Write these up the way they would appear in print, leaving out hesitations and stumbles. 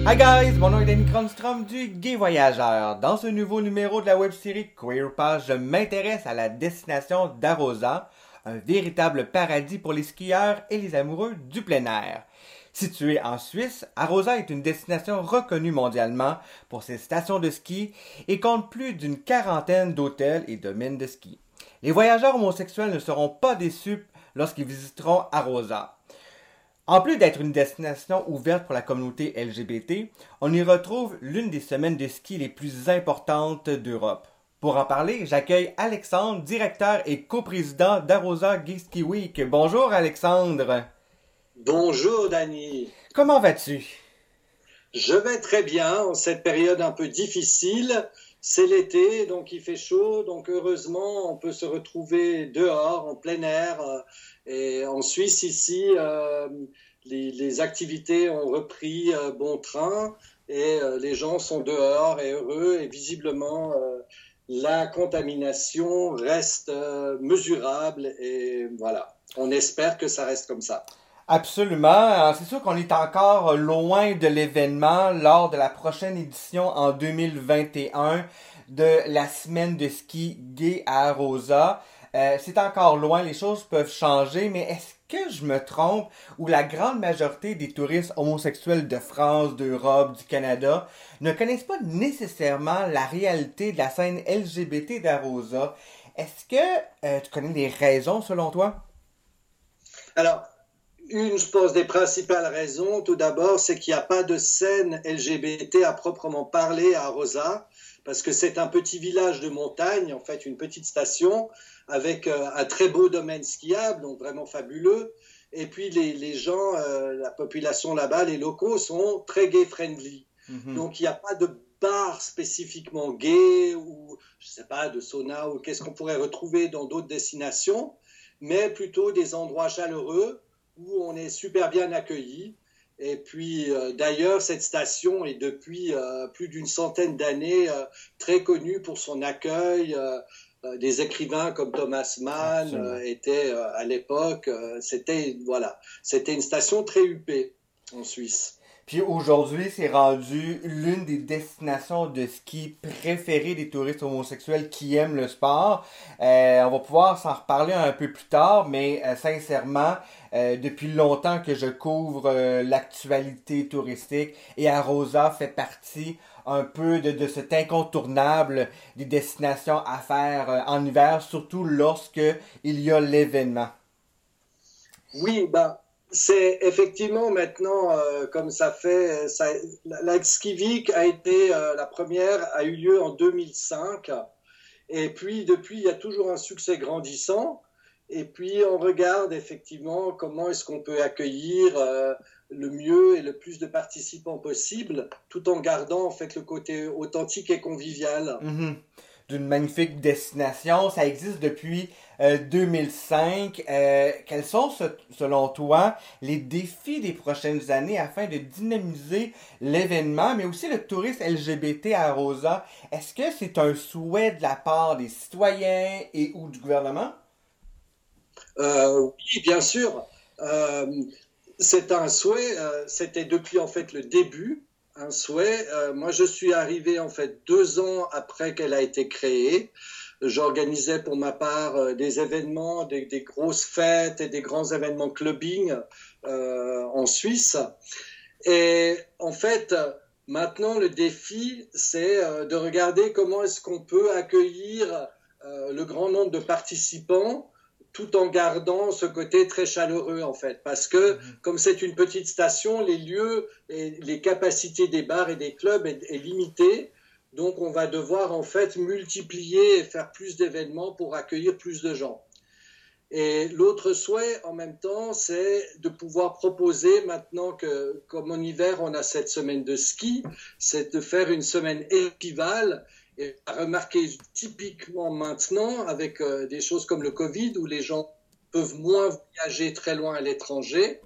Hi guys, mon nom est Danny Kronstrom du Gay Voyageur. Dans ce nouveau numéro de la web-série Queer Pass, je m'intéresse à la destination d'Arosa, un véritable paradis pour les skieurs et les amoureux du plein air. Située en Suisse, Arosa est une destination reconnue mondialement pour ses stations de ski et compte plus d'une quarantaine d'hôtels et domaines de ski. Les voyageurs homosexuels ne seront pas déçus lorsqu'ils visiteront Arosa. En plus d'être une destination ouverte pour la communauté LGBT, on y retrouve l'une des semaines de ski les plus importantes d'Europe. Pour en parler, j'accueille Alexandre, directeur et coprésident d'Arosa Gay Ski Week. Bonjour Alexandre. Bonjour Dany. Comment vas-tu? Je vais très bien en cette période un peu difficile. C'est l'été, donc il fait chaud, donc heureusement on peut se retrouver dehors, en plein air. Et en Suisse ici, les activités ont repris bon train et les gens sont dehors et heureux et visiblement la contamination reste mesurable et voilà, on espère que ça reste comme ça. Absolument. C'est sûr qu'on est encore loin de l'événement lors de la prochaine édition en 2021 de la semaine de ski gay à Arosa. C'est encore loin, les choses peuvent changer, mais est-ce que je me trompe ou la grande majorité des touristes homosexuels de France, d'Europe, du Canada ne connaissent pas nécessairement la réalité de la scène LGBT d'Arosa? Est-ce que tu connais les raisons selon toi? Alors, je pense, des principales raisons, tout d'abord, c'est qu'il n'y a pas de scène LGBT à proprement parler à Arosa, parce que c'est un petit village de montagne, en fait, une petite station, avec un très beau domaine skiable, donc vraiment fabuleux. Et puis, les gens, la population là-bas, les locaux, sont très gay-friendly. Mm-hmm. Donc, il n'y a pas de bar spécifiquement gay, ou, je ne sais pas, de sauna, ou qu'est-ce qu'on pourrait retrouver dans d'autres destinations, mais plutôt des endroits chaleureux, où on est super bien accueilli. Et puis, d'ailleurs, cette station est depuis plus d'une centaine d'années très connue pour son accueil. Des écrivains comme Thomas Mann étaient à l'époque. C'était une station très huppée en Suisse. Puis aujourd'hui, c'est rendu l'une des destinations de ski préférées des touristes homosexuels qui aiment le sport. On va pouvoir s'en reparler un peu plus tard, mais sincèrement, depuis longtemps que je couvre l'actualité touristique et Arosa fait partie un peu de cet incontournable des destinations à faire en hiver, surtout lorsque il y a l'événement. Oui, c'est effectivement maintenant, comme la Ski Week a été, la première a eu lieu en 2005, et puis depuis, il y a toujours un succès grandissant, et puis on regarde effectivement comment est-ce qu'on peut accueillir le mieux et le plus de participants possible, tout en gardant en fait le côté authentique et convivial. Mm-hmm. D'une magnifique destination. Ça existe depuis 2005. Quels sont, selon toi, les défis des prochaines années afin de dynamiser l'événement, mais aussi le tourisme LGBT à Arosa? Est-ce que c'est un souhait de la part des citoyens et ou du gouvernement? Oui, bien sûr. C'est un souhait. C'était depuis en fait le début un souhait. Moi, je suis arrivé en fait 2 ans après qu'elle a été créée. J'organisais pour ma part des événements, des grosses fêtes et des grands événements clubbing en Suisse. Et en fait, maintenant, le défi, c'est de regarder comment est-ce qu'on peut accueillir le grand nombre de participants tout en gardant ce côté très chaleureux, en fait. Parce que, comme c'est une petite station, les lieux et les capacités des bars et des clubs est limitée. Donc, on va devoir, en fait, multiplier et faire plus d'événements pour accueillir plus de gens. Et l'autre souhait, en même temps, c'est de pouvoir proposer, maintenant que, comme en hiver, on a cette semaine de ski, c'est de faire une semaine estivale. Et remarquer typiquement maintenant, avec des choses comme le Covid, où les gens peuvent moins voyager très loin à l'étranger,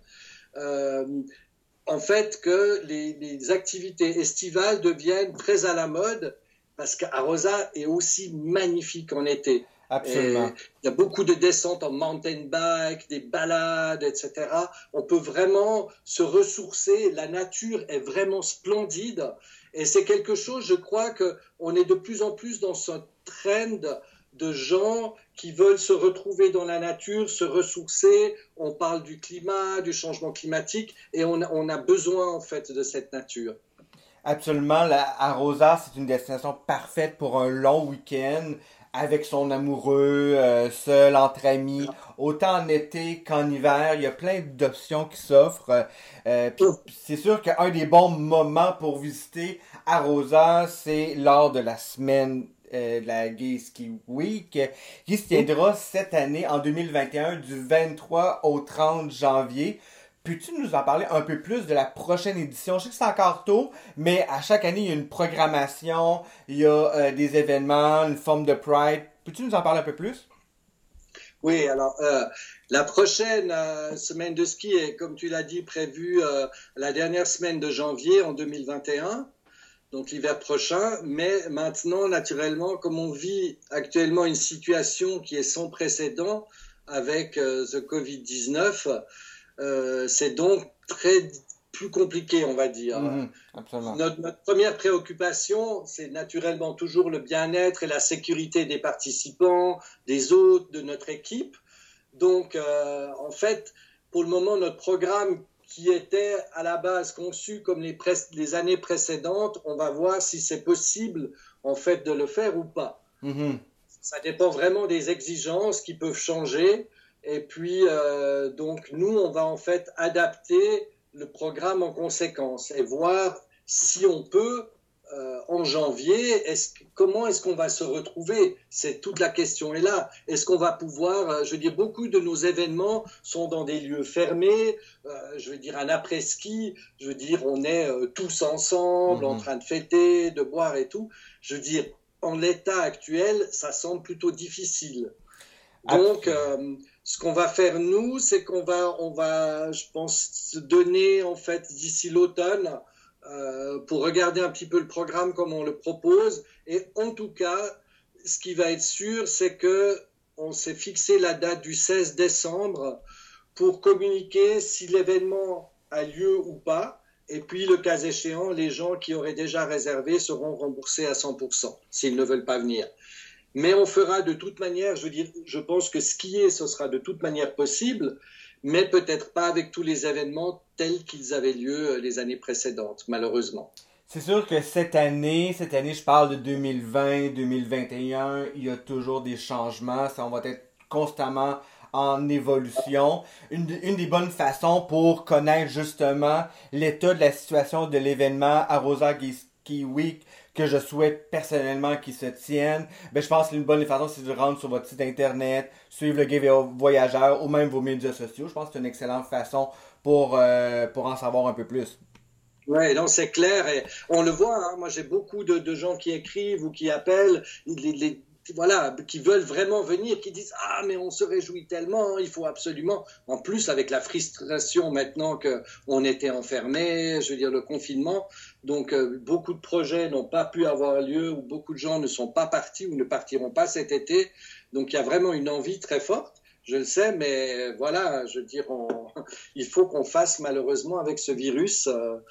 en fait que les activités estivales deviennent très à la mode, parce qu'Arosa est aussi magnifique en été. Et Absolument. il y a beaucoup de descentes en mountain bike, des balades, etc. On peut vraiment se ressourcer. La nature est vraiment splendide. Et c'est quelque chose, je crois, qu'on est de plus en plus dans ce trend de gens qui veulent se retrouver dans la nature, se ressourcer. On parle du climat, du changement climatique, et on a besoin, en fait, de cette nature. Absolument, Arosa, c'est une destination parfaite pour un long week-end avec son amoureux, seul, entre amis, autant en été qu'en hiver. Il y a plein d'options qui s'offrent. Puis c'est sûr qu'un des bons moments pour visiter Arosa, c'est lors de la semaine de la Gay Ski Week, qui se tiendra cette année en 2021 du 23 au 30 janvier. Peux-tu nous en parler un peu plus de la prochaine édition? Je sais que c'est encore tôt, mais à chaque année, il y a une programmation, il y a des événements, une forme de Pride. Peux-tu nous en parler un peu plus? Oui, alors la prochaine semaine de ski est, comme tu l'as dit, prévue la dernière semaine de janvier en 2021, donc l'hiver prochain. Mais maintenant, naturellement, comme on vit actuellement une situation qui est sans précédent avec the Covid-19, c'est donc plus compliqué, on va dire. Absolument. Notre première préoccupation, c'est naturellement toujours le bien-être et la sécurité des participants, des hôtes, de notre équipe. Donc, en fait, pour le moment, notre programme qui était à la base conçu comme les années précédentes, on va voir si c'est possible, en fait, de le faire ou pas. Ça dépend vraiment des exigences qui peuvent changer. Et puis, donc, nous, on va en fait adapter le programme en conséquence et voir si on peut, en janvier, comment est-ce qu'on va se retrouver? C'est toute la question est là. Est-ce qu'on va pouvoir, je veux dire, beaucoup de nos événements sont dans des lieux fermés, je veux dire, un après-ski, je veux dire, on est tous ensemble, en train de fêter, de boire et tout. Je veux dire, en l'état actuel, ça semble plutôt difficile. Donc, ce qu'on va faire nous, c'est qu'on va, je pense, se donner en fait d'ici l'automne pour regarder un petit peu le programme comme on le propose. Et en tout cas, ce qui va être sûr, c'est que on s'est fixé la date du 16 décembre pour communiquer si l'événement a lieu ou pas. Et puis, le cas échéant, les gens qui auraient déjà réservé seront remboursés à 100% s'ils ne veulent pas venir. Mais on fera de toute manière, je veux dire, je pense que skier, ce sera de toute manière possible, mais peut-être pas avec tous les événements tels qu'ils avaient lieu les années précédentes, malheureusement. C'est sûr que cette année, je parle de 2020, 2021, il y a toujours des changements, ça, on va être constamment en évolution. Une des bonnes façons pour connaître justement l'état de la situation de l'événement Arosa Ski Week que je souhaite personnellement qu'il se tienne, ben je pense que une bonne façon c'est de rentrer sur votre site internet, suivre le Gay Voyageur ou même vos médias sociaux. Je pense que c'est une excellente façon pour en savoir un peu plus. Ouais, non, c'est clair. Et on le voit, hein, moi j'ai beaucoup de gens qui écrivent ou qui appellent, voilà, qui veulent vraiment venir, qui disent ah mais on se réjouit tellement, il faut absolument. En plus avec la frustration maintenant que on était enfermés, je veux dire le confinement, donc beaucoup de projets n'ont pas pu avoir lieu ou beaucoup de gens ne sont pas partis ou ne partiront pas cet été. Donc il y a vraiment une envie très forte. Je le sais, mais voilà, je veux dire, il faut qu'on fasse malheureusement avec ce virus.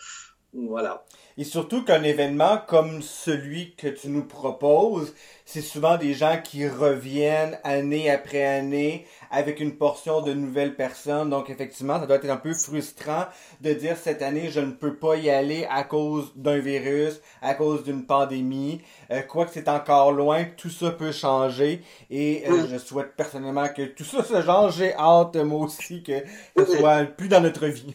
Voilà. Et surtout qu'un événement comme celui que tu nous proposes, c'est souvent des gens qui reviennent année après année avec une portion de nouvelles personnes. Donc effectivement, ça doit être un peu frustrant de dire cette année, je ne peux pas y aller à cause d'un virus, à cause d'une pandémie. Quoique c'est encore loin, tout ça peut changer. Et je souhaite personnellement que tout ça se change. J'ai hâte, moi aussi, que ce soit plus dans notre vie.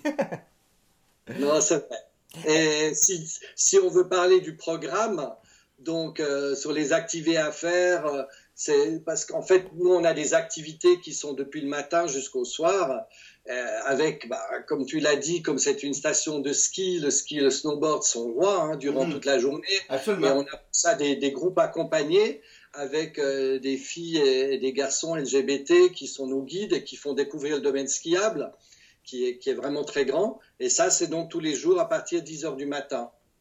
Non, c'est vrai. Et si on veut parler du programme, donc sur les activités à faire, c'est parce qu'en fait, nous, on a des activités qui sont depuis le matin jusqu'au soir, avec, comme tu l'as dit, comme c'est une station de ski, le ski et le snowboard sont rois hein, durant toute la journée. Absolument. Et on a ça des groupes accompagnés avec des filles et des garçons LGBT qui sont nos guides et qui font découvrir le domaine skiable. Qui est vraiment très grand. Et ça, c'est donc tous les jours à partir de 10 heures du matin.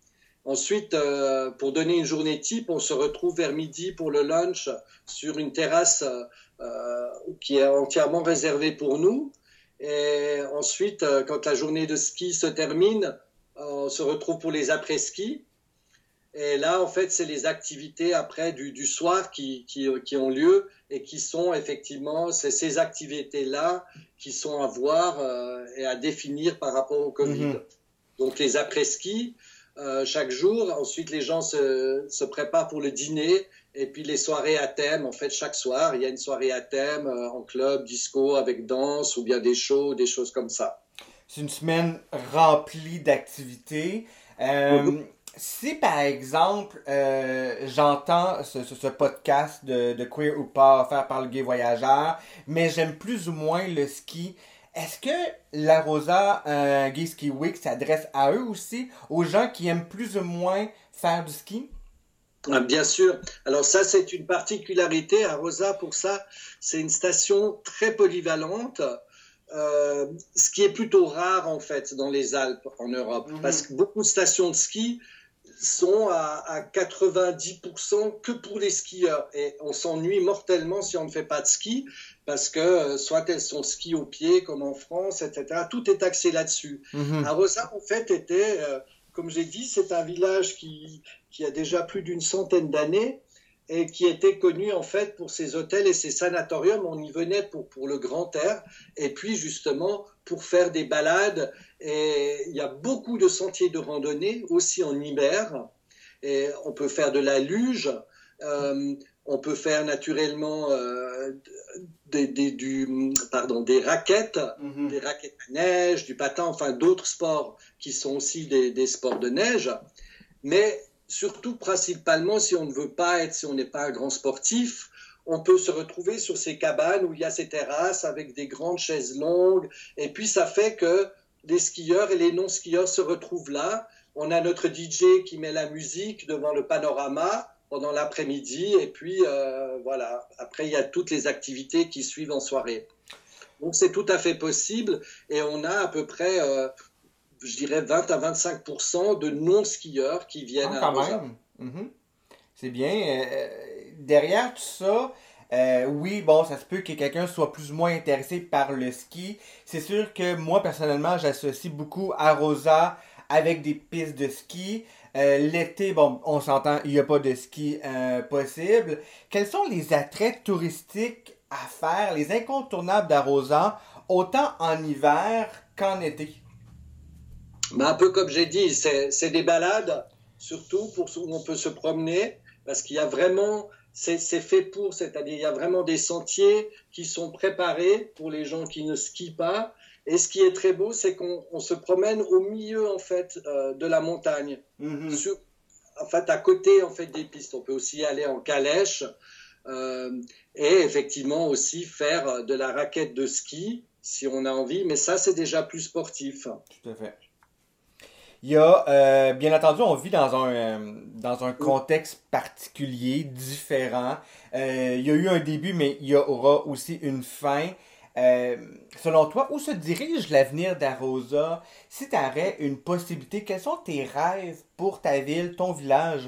Ensuite, pour donner une journée type, on se retrouve vers midi pour le lunch sur une terrasse qui est entièrement réservée pour nous. Et ensuite, quand la journée de ski se termine, on se retrouve pour les après-ski. Et là, en fait, c'est les activités après du soir qui ont lieu et qui sont effectivement, c'est ces activités-là qui sont à voir et à définir par rapport au Covid. Donc, les après-ski, chaque jour. Ensuite, les gens se préparent pour le dîner. Et puis, les soirées à thème, en fait, chaque soir, il y a une soirée à thème en club, disco, avec danse ou bien des shows, des choses comme ça. C'est une semaine remplie d'activités. Si par exemple j'entends ce podcast de Queer ou pas offert par le Gay Voyageur, mais j'aime plus ou moins le ski, est-ce que l'Arosa Gay Ski Week s'adresse à eux aussi, aux gens qui aiment plus ou moins faire du ski? Bien sûr. Alors ça, c'est une particularité. Arosa, pour ça, c'est une station très polyvalente. Ce qui est plutôt rare en fait dans les Alpes en Europe, parce que beaucoup de stations de ski sont à 90% que pour les skieurs et on s'ennuie mortellement si on ne fait pas de ski parce que soit elles sont ski au pied comme en France, etc. Tout est axé là-dessus. Arosa en fait était, comme j'ai dit, c'est un village qui a déjà plus d'une centaine d'années et qui était connu en fait pour ses hôtels et ses sanatoriums. On y venait pour le grand air et puis justement pour faire des balades. Et il y a beaucoup de sentiers de randonnée aussi en hiver. Et on peut faire de la luge, on peut faire naturellement des raquettes, des raquettes à neige, du patin, enfin d'autres sports qui sont aussi des sports de neige. Mais surtout, principalement, si on ne veut pas être, si on n'est pas un grand sportif, on peut se retrouver sur ces cabanes où il y a ces terrasses avec des grandes chaises longues. Et puis, ça fait que les skieurs et les non-skieurs se retrouvent là. On a notre DJ qui met la musique devant le panorama pendant l'après-midi. Et puis, voilà. Après, il y a toutes les activités qui suivent en soirée. Donc, c'est tout à fait possible. Et on a à peu près... je dirais 20 à 25% de non-skieurs qui viennent à Arosa. C'est bien. Derrière tout ça, oui, bon, ça se peut que quelqu'un soit plus ou moins intéressé par le ski. C'est sûr que moi, personnellement, j'associe beaucoup Arosa avec des pistes de ski. L'été, bon, on s'entend, il n'y a pas de ski possible. Quels sont les attraits touristiques à faire, les incontournables d'Arosa, autant en hiver qu'en été? Mais un peu comme j'ai dit, c'est des balades, surtout où on peut se promener, parce qu'il y a vraiment, c'est fait pour, c'est-à-dire il y a vraiment des sentiers qui sont préparés pour les gens qui ne skient pas. Et ce qui est très beau, c'est qu'on se promène au milieu en fait de la montagne, en fait à côté en fait des pistes. On peut aussi aller en calèche et effectivement aussi faire de la raquette de ski si on a envie. Mais ça, c'est déjà plus sportif. Tout à fait. Il y a, bien entendu, on vit dans un contexte particulier, différent. Il y a eu un début, mais il y aura aussi une fin. Selon toi, où se dirige l'avenir d'Arosa? Si tu aurais une possibilité, quels sont tes rêves pour ta ville, ton village?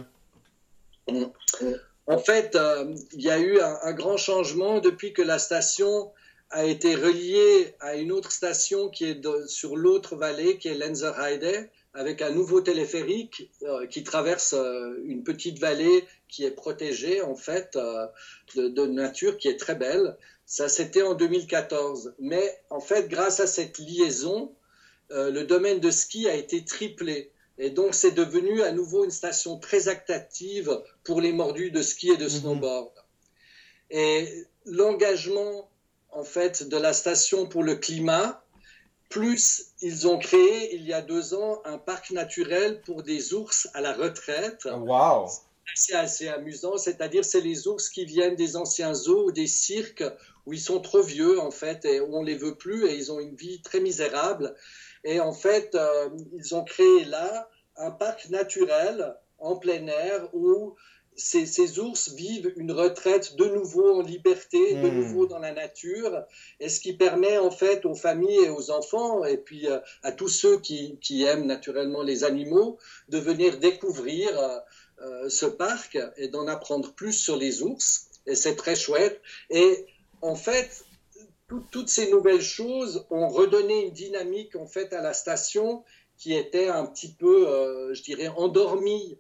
En fait, il y a eu un grand changement depuis que la station a été reliée à une autre station qui est sur l'autre vallée, qui est Lenzerheide, avec un nouveau téléphérique qui traverse une petite vallée qui est protégée en fait de nature, qui est très belle. Ça, c'était en 2014. Mais en fait, grâce à cette liaison, le domaine de ski a été triplé. Et donc, c'est devenu à nouveau une station très attractive pour les mordus de ski et de snowboard. Et l'engagement en fait de la station pour le climat, plus ils ont créé il y a 2 ans un parc naturel pour des ours à la retraite. Wow. C'est assez amusant, c'est-à-dire c'est les ours qui viennent des anciens zoos ou des cirques où ils sont trop vieux en fait et où on les veut plus et ils ont une vie très misérable. Et en fait, ils ont créé là un parc naturel en plein air où ces ours vivent une retraite de nouveau en liberté, de nouveau dans la nature, et ce qui permet en fait aux familles et aux enfants, et puis à tous ceux qui aiment naturellement les animaux, de venir découvrir ce parc et d'en apprendre plus sur les ours, et c'est très chouette. Et en fait, toutes ces nouvelles choses ont redonné une dynamique en fait à la station qui était un petit peu, je dirais, endormie.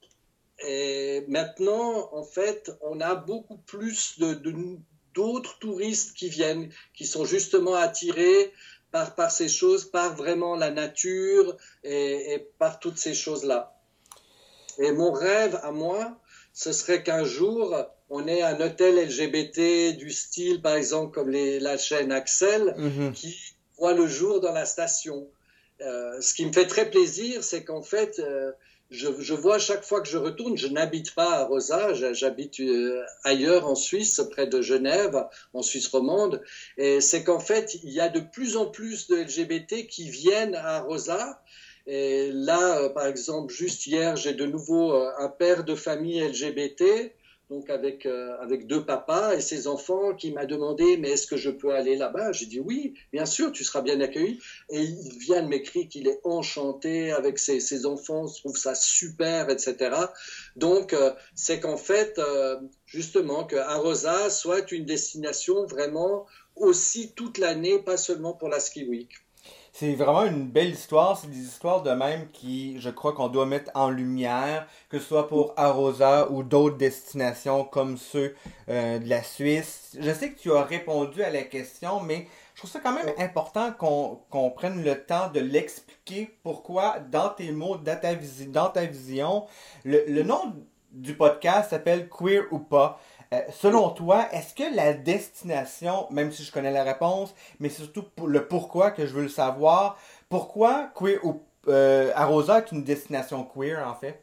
Et maintenant, en fait, on a beaucoup plus d'autres touristes qui viennent, qui sont justement attirés par ces choses, par vraiment la nature et par toutes ces choses-là. Et mon rêve à moi, ce serait qu'un jour, on ait un hôtel LGBT du style, par exemple, comme la chaîne Axel, qui voit le jour dans la station. Ce qui me fait très plaisir, c'est qu'en fait, je vois chaque fois que je retourne, je n'habite pas à Rosa, j'habite ailleurs en Suisse, près de Genève, en Suisse romande, et c'est qu'en fait, il y a de plus en plus de LGBT qui viennent à Rosa. Et là, par exemple, juste hier, j'ai de nouveau un père de famille LGBT, donc avec 2 papas et ses enfants, qui m'a demandé, mais est-ce que je peux aller là-bas? J'ai dit oui, bien sûr, tu seras bien accueilli. Et il vient de m'écrire qu'il est enchanté avec ses enfants, trouve ça super, etc. Donc, c'est qu'en fait, justement, que Arosa soit une destination vraiment aussi toute l'année, pas seulement pour la Ski Week. C'est vraiment une belle histoire. C'est des histoires de même qui, je crois qu'on doit mettre en lumière, que ce soit pour Arosa ou d'autres destinations comme ceux de la Suisse. Je sais que tu as répondu à la question, mais je trouve ça quand même important qu'on prenne le temps de l'expliquer pourquoi, dans tes mots, dans ta vision, le nom du podcast s'appelle Queer ou pas. Selon toi, est-ce que la destination, même si je connais la réponse, mais c'est surtout le pourquoi que je veux le savoir, pourquoi Queer ou Arosa est une destination queer en fait?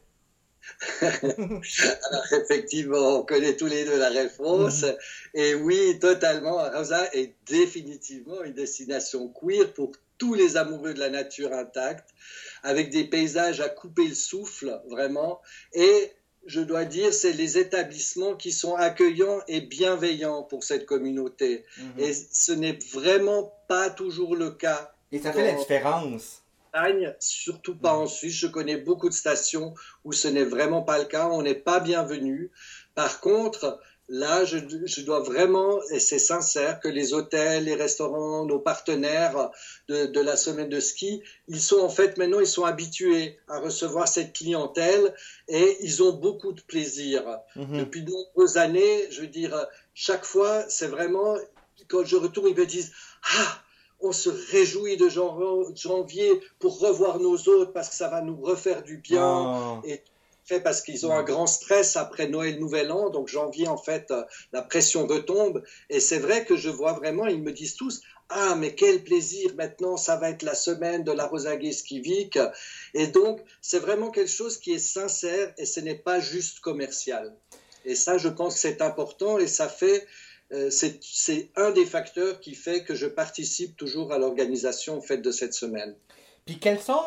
Alors, effectivement, on connaît tous les deux la réponse. Et oui, totalement, Arosa est définitivement une destination queer pour tous les amoureux de la nature intacte, avec des paysages à couper le souffle, vraiment. Et je dois dire, c'est les établissements qui sont accueillants et bienveillants pour cette communauté. Et ce n'est vraiment pas toujours le cas. Et ça fait la différence. Surtout pas en Suisse. Je connais beaucoup de stations où ce n'est vraiment pas le cas. On n'est pas bienvenu. Par contre, là, je dois vraiment, et c'est sincère, que les hôtels, les restaurants, nos partenaires de la semaine de ski, ils sont habitués à recevoir cette clientèle et ils ont beaucoup de plaisir. Depuis de nombreuses années, je veux dire, chaque fois, c'est vraiment, quand je retourne, ils me disent « Ah !» On se réjouit de janvier pour revoir nos hôtes parce que ça va nous refaire du bien. Et fait parce qu'ils ont un grand stress après Noël, Nouvel An. Donc janvier, en fait, la pression retombe. Et c'est vrai que je vois vraiment, ils me disent tous, ah, mais quel plaisir, maintenant, ça va être la semaine de la Rosa Gay Ski Week. Et donc, c'est vraiment quelque chose qui est sincère et ce n'est pas juste commercial. Et ça, je pense que c'est important et ça fait... c'est un des facteurs qui fait que je participe toujours à l'organisation en fait, de cette semaine. Puis quels sont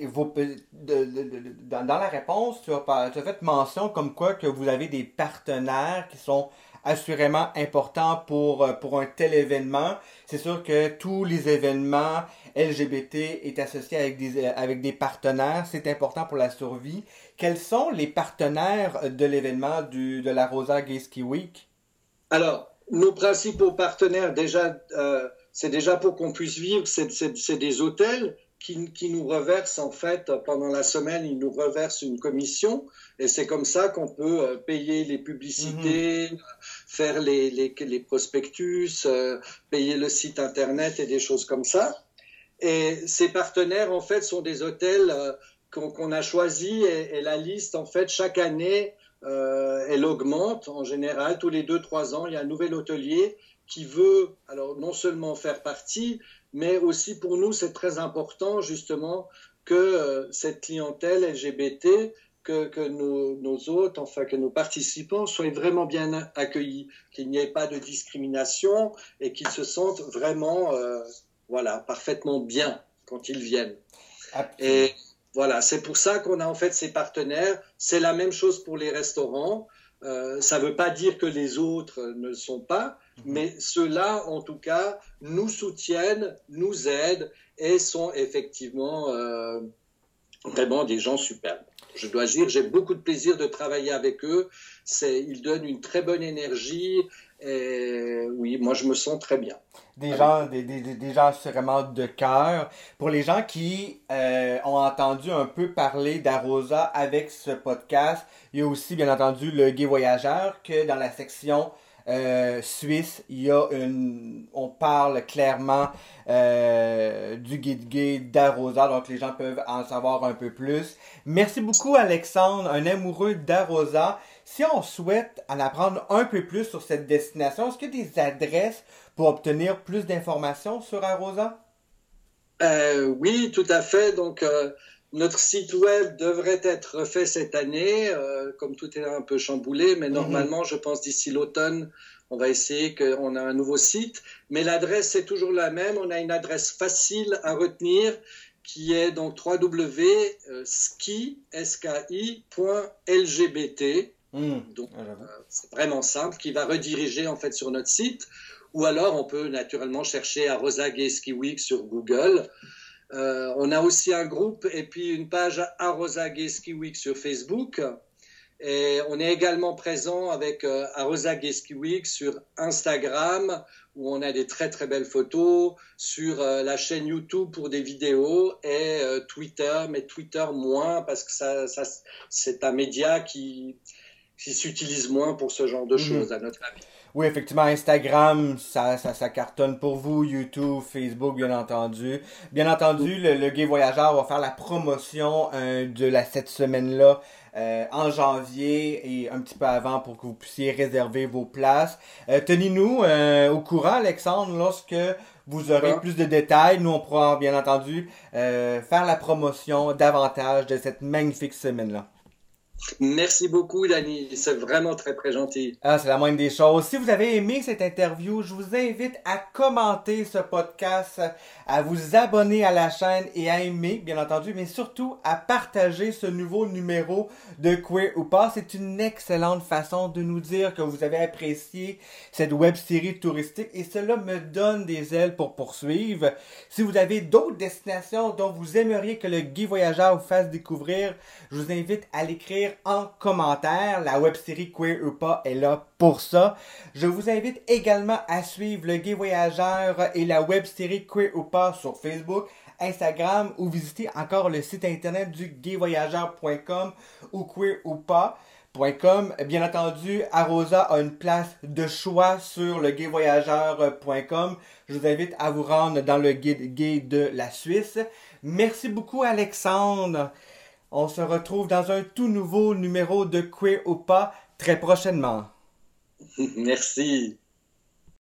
dans la réponse, tu as fait mention comme quoi que vous avez des partenaires qui sont assurément importants pour un tel événement. C'est sûr que tous les événements LGBT est associé avec des partenaires. C'est important pour la survie. Quels sont les partenaires de l'événement de la Rosa Gay Ski Week? Alors, nos principaux partenaires, c'est déjà pour qu'on puisse vivre, c'est des hôtels qui nous reversent en fait, pendant la semaine, ils nous reversent une commission et c'est comme ça qu'on peut payer les publicités, faire les prospectus, payer le site internet et des choses comme ça. Et ces partenaires en fait sont des hôtels qu'on a choisis et la liste en fait chaque année elle augmente en général. Tous les 2-3 ans, il y a un nouvel hôtelier qui veut, alors non seulement faire partie, mais aussi pour nous, c'est très important justement que cette clientèle LGBT, que nos hôtes, enfin que nos participants soient vraiment bien accueillis, qu'il n'y ait pas de discrimination et qu'ils se sentent vraiment parfaitement bien quand ils viennent. Absolument. Voilà, c'est pour ça qu'on a en fait ces partenaires. C'est la même chose pour les restaurants. Ça ne veut pas dire que les autres ne le sont pas, mais ceux-là, en tout cas, nous soutiennent, nous aident et sont effectivement vraiment des gens superbes. Je dois dire, j'ai beaucoup de plaisir de travailler avec eux. Ils donnent une très bonne énergie. Et oui, moi, je me sens très bien. Des gens vraiment de cœur. Pour les gens qui ont entendu un peu parler d'Arosa avec ce podcast, il y a aussi bien entendu le Gué Voyageur que dans la section suisse, on parle clairement du guide gay d'Arosa, donc les gens peuvent en savoir un peu plus. Merci beaucoup Alexandre, un amoureux d'Arosa. Si on souhaite en apprendre un peu plus sur cette destination, est-ce qu'il y a des adresses pour obtenir plus d'informations sur Arosa? Oui, tout à fait. Donc, notre site web devrait être refait cette année, comme tout est un peu chamboulé, mais normalement, je pense d'ici l'automne, on va essayer qu'on a un nouveau site. Mais l'adresse est toujours la même. On a une adresse facile à retenir qui est donc www.ski.lgbt. Donc, c'est vraiment simple, qui va rediriger en fait sur notre site. Ou alors, on peut naturellement chercher Arosa Gay Ski Week sur Google. On a aussi un groupe et puis une page Arosa Gay Ski Week sur Facebook. Et on est également présent avec Arosa Gay Ski Week sur Instagram, où on a des très très belles photos, sur la chaîne YouTube pour des vidéos et Twitter, mais Twitter moins parce que c'est un média qui s'utilise moins pour ce genre de choses, à notre avis. Oui, effectivement, Instagram, ça cartonne pour vous, YouTube, Facebook, bien entendu. Bien entendu, le Gué Voyageur va faire la promotion cette semaine-là en janvier et un petit peu avant pour que vous puissiez réserver vos places. Tenez-nous au courant, Alexandre, lorsque vous aurez plus de détails. Nous, on pourra, bien entendu, faire la promotion davantage de cette magnifique semaine-là. Merci beaucoup, Dani. C'est vraiment très, très gentil. Ah, c'est la moindre des choses. Si vous avez aimé cette interview, je vous invite à commenter ce podcast, à vous abonner à la chaîne et à aimer, bien entendu, mais surtout à partager ce nouveau numéro de Queer ou pas. C'est une excellente façon de nous dire que vous avez apprécié cette web-série touristique et cela me donne des ailes pour poursuivre. Si vous avez d'autres destinations dont vous aimeriez que le Guy Voyageur vous fasse découvrir, je vous invite à l'écrire en commentaire. La web-série Queer ou pas est là pour ça. Je vous invite également à suivre le Guy Voyageur et la web-série Queer ou pas sur Facebook, Instagram ou visiter encore le site internet du gayvoyageur.com ou queeroupas.com. Bien entendu, Arosa a une place de choix sur le gayvoyageur.com. Je vous invite à vous rendre dans le guide gay de la Suisse. Merci beaucoup Alexandre. On se retrouve dans un tout nouveau numéro de Queer ou pas très prochainement. Merci.